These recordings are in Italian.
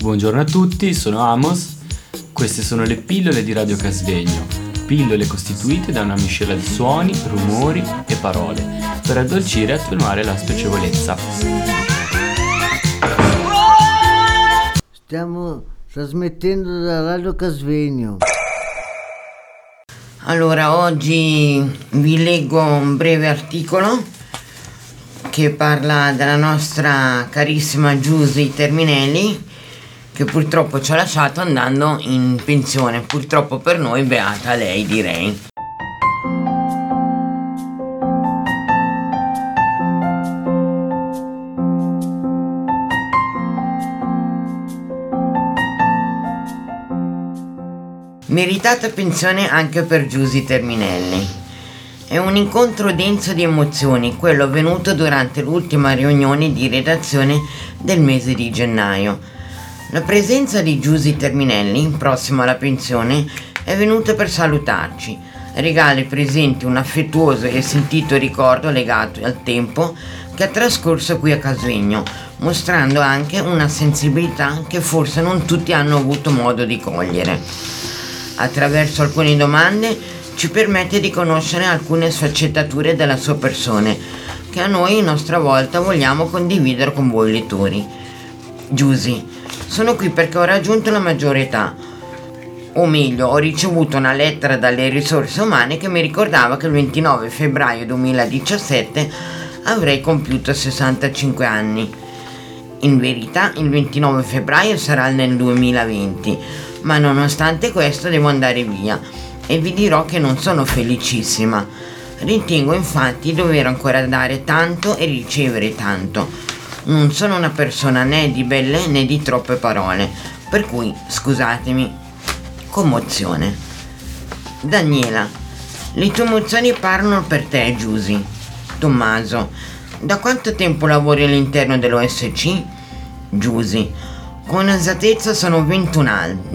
Buongiorno a tutti, sono Amos. Queste sono le pillole di Radio Casvegno. Pillole costituite da una miscela di suoni, rumori e parole per addolcire e attenuare la spiacevolezza. Stiamo trasmettendo da Radio Casvegno. Allora, oggi vi leggo un breve articolo che parla della nostra carissima Giusy Terminelli, che purtroppo ci ha lasciato andando in pensione. Purtroppo per noi, beata lei, direi. Meritata pensione anche per Giusy Terminelli. È un incontro denso di emozioni, quello avvenuto durante l'ultima riunione di redazione del mese di gennaio. La presenza di Giusy Terminelli, prossima alla pensione, è venuta per salutarci. Regala ai presenti un affettuoso e sentito ricordo legato al tempo che ha trascorso qui a Casvegno, mostrando anche una sensibilità che forse non tutti hanno avuto modo di cogliere. Attraverso alcune domande ci permette di conoscere alcune sfaccettature della sua persona, che a noi, a nostra volta, vogliamo condividere con voi lettori. Giusy, sono qui perché ho raggiunto la maggiore età, o meglio, ho ricevuto una lettera dalle risorse umane che mi ricordava che il 29 febbraio 2017 avrei compiuto 65 anni. In verità il 29 febbraio sarà nel 2020, ma nonostante questo devo andare via e vi dirò che non sono felicissima. Ritengo infatti di dover ancora dare tanto e ricevere tanto. Non sono una persona né di belle né di troppe parole, per cui scusatemi. Commozione. Daniela, le tue emozioni parlano per te, Giusy. Tommaso, da quanto tempo lavori all'interno dell'OSC? Giusy, con esattezza sono 21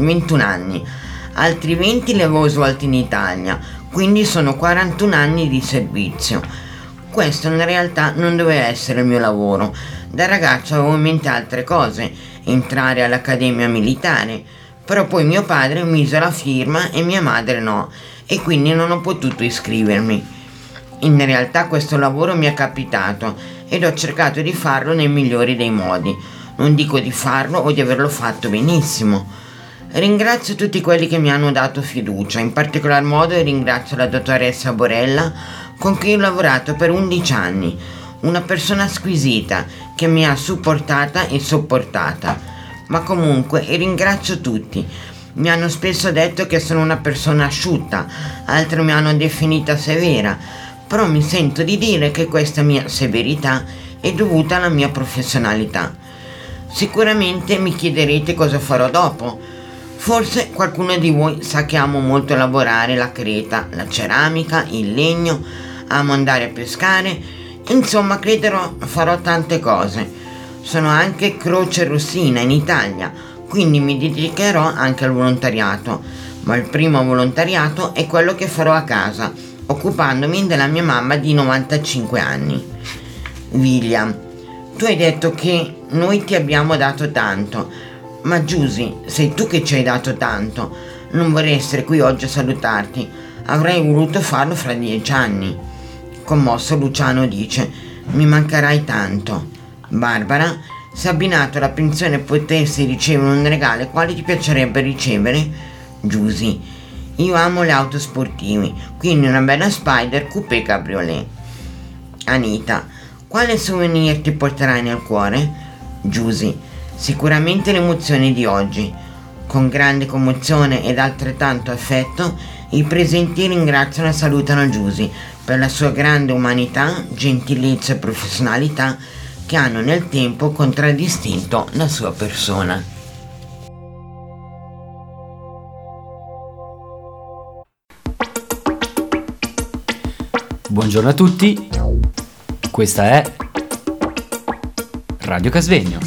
anni, altri 20 li avevo svolti in Italia, quindi sono 41 anni di servizio. Questo in realtà non doveva essere il mio lavoro. Da ragazzo avevo in mente altre cose, entrare all'accademia militare, però poi mio padre mise la firma e mia madre no, e quindi non ho potuto iscrivermi. In realtà questo lavoro mi è capitato ed ho cercato di farlo nel migliore dei modi. Non dico di farlo o di averlo fatto benissimo. Ringrazio tutti quelli che mi hanno dato fiducia, in particolar modo ringrazio la dottoressa Borella con cui ho lavorato per 11 anni, una persona squisita che mi ha supportata e sopportata. Ma comunque ringrazio tutti. Mi hanno spesso detto che sono una persona asciutta, altri mi hanno definita severa, però mi sento di dire che questa mia severità è dovuta alla mia professionalità. Sicuramente mi chiederete cosa farò dopo. Forse qualcuno di voi sa che amo molto lavorare la creta, la ceramica, il legno, amo andare a pescare, insomma farò tante cose. Sono anche croce rossina in Italia, quindi mi dedicherò anche al volontariato, ma il primo volontariato è quello che farò a casa, occupandomi della mia mamma di 95 anni. William, tu hai detto che noi ti abbiamo dato tanto, ma Giusy, sei tu che ci hai dato tanto. Non vorrei essere qui oggi a salutarti, avrei voluto farlo fra 10 anni. Commosso Luciano dice, mi mancherai tanto. Barbara, se abbinato alla pensione potessi ricevere un regalo, quale ti piacerebbe ricevere? Giusy, io amo le auto sportive, quindi una bella Spider Coupé Cabriolet. Anita, quale souvenir ti porterai nel cuore? Giusy, sicuramente le emozioni di oggi. Con grande commozione ed altrettanto affetto, i presenti ringraziano e salutano Giusy per la sua grande umanità, gentilezza e professionalità che hanno nel tempo contraddistinto la sua persona. Buongiorno a tutti, questa è Radio Casvegno.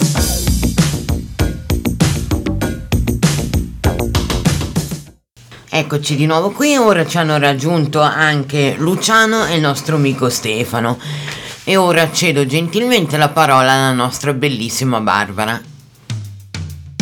Eccoci di nuovo qui, ora ci hanno raggiunto anche Luciano e il nostro amico Stefano. E ora cedo gentilmente la parola alla nostra bellissima Barbara.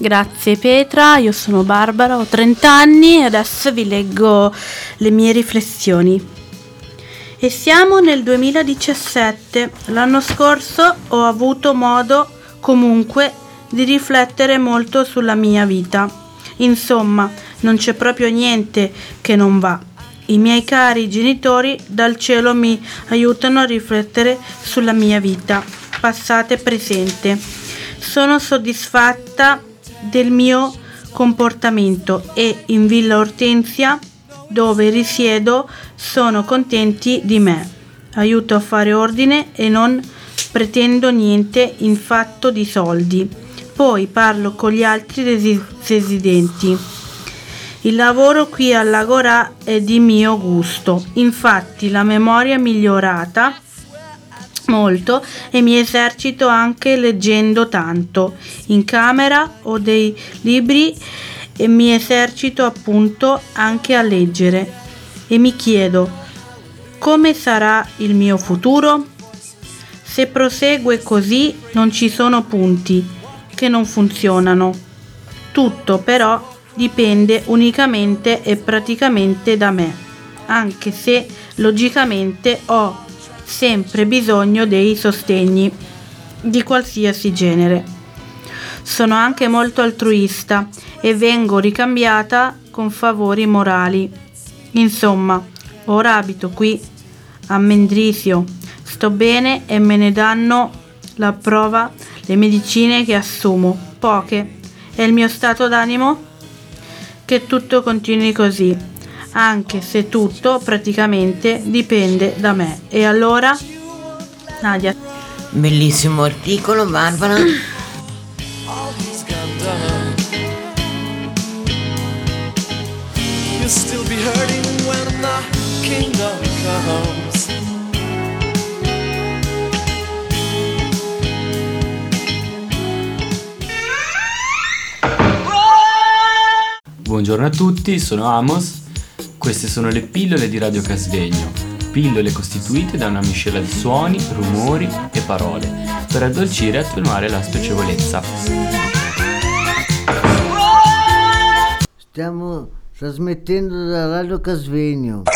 Grazie Petra, io sono Barbara, ho 30 anni e adesso vi leggo le mie riflessioni. E siamo nel 2017, l'anno scorso ho avuto modo comunque di riflettere molto sulla mia vita. Insomma, non c'è proprio niente che non va. I miei cari genitori dal cielo mi aiutano a riflettere sulla mia vita, passata e presente. Sono soddisfatta del mio comportamento e in Villa Ortensia, dove risiedo, sono contenti di me. Aiuto a fare ordine e non pretendo niente in fatto di soldi. Poi parlo con gli altri residenti. Il lavoro qui all'Agorà è di mio gusto, infatti la memoria è migliorata molto e mi esercito anche leggendo tanto. In camera ho dei libri e mi esercito appunto anche a leggere e mi chiedo come sarà il mio futuro? Se prosegue così non ci sono punti che non funzionano. Tutto però dipende unicamente e praticamente da me, anche se logicamente ho sempre bisogno dei sostegni di qualsiasi genere. Sono anche molto altruista e vengo ricambiata con favori morali. Insomma, ora abito qui a Mendrisio, sto bene e me ne danno la prova le medicine che assumo, poche. È il mio stato d'animo che tutto continui così, anche se tutto praticamente dipende da me. E allora, Nadia. Bellissimo articolo, Barbara. You'll still be hurting when the kingdom comes. Buongiorno a tutti, sono Amos. Queste sono le pillole di Radio Casvegno, pillole costituite da una miscela di suoni, rumori e parole per addolcire e attenuare la spiacevolezza. Stiamo trasmettendo da Radio Casvegno.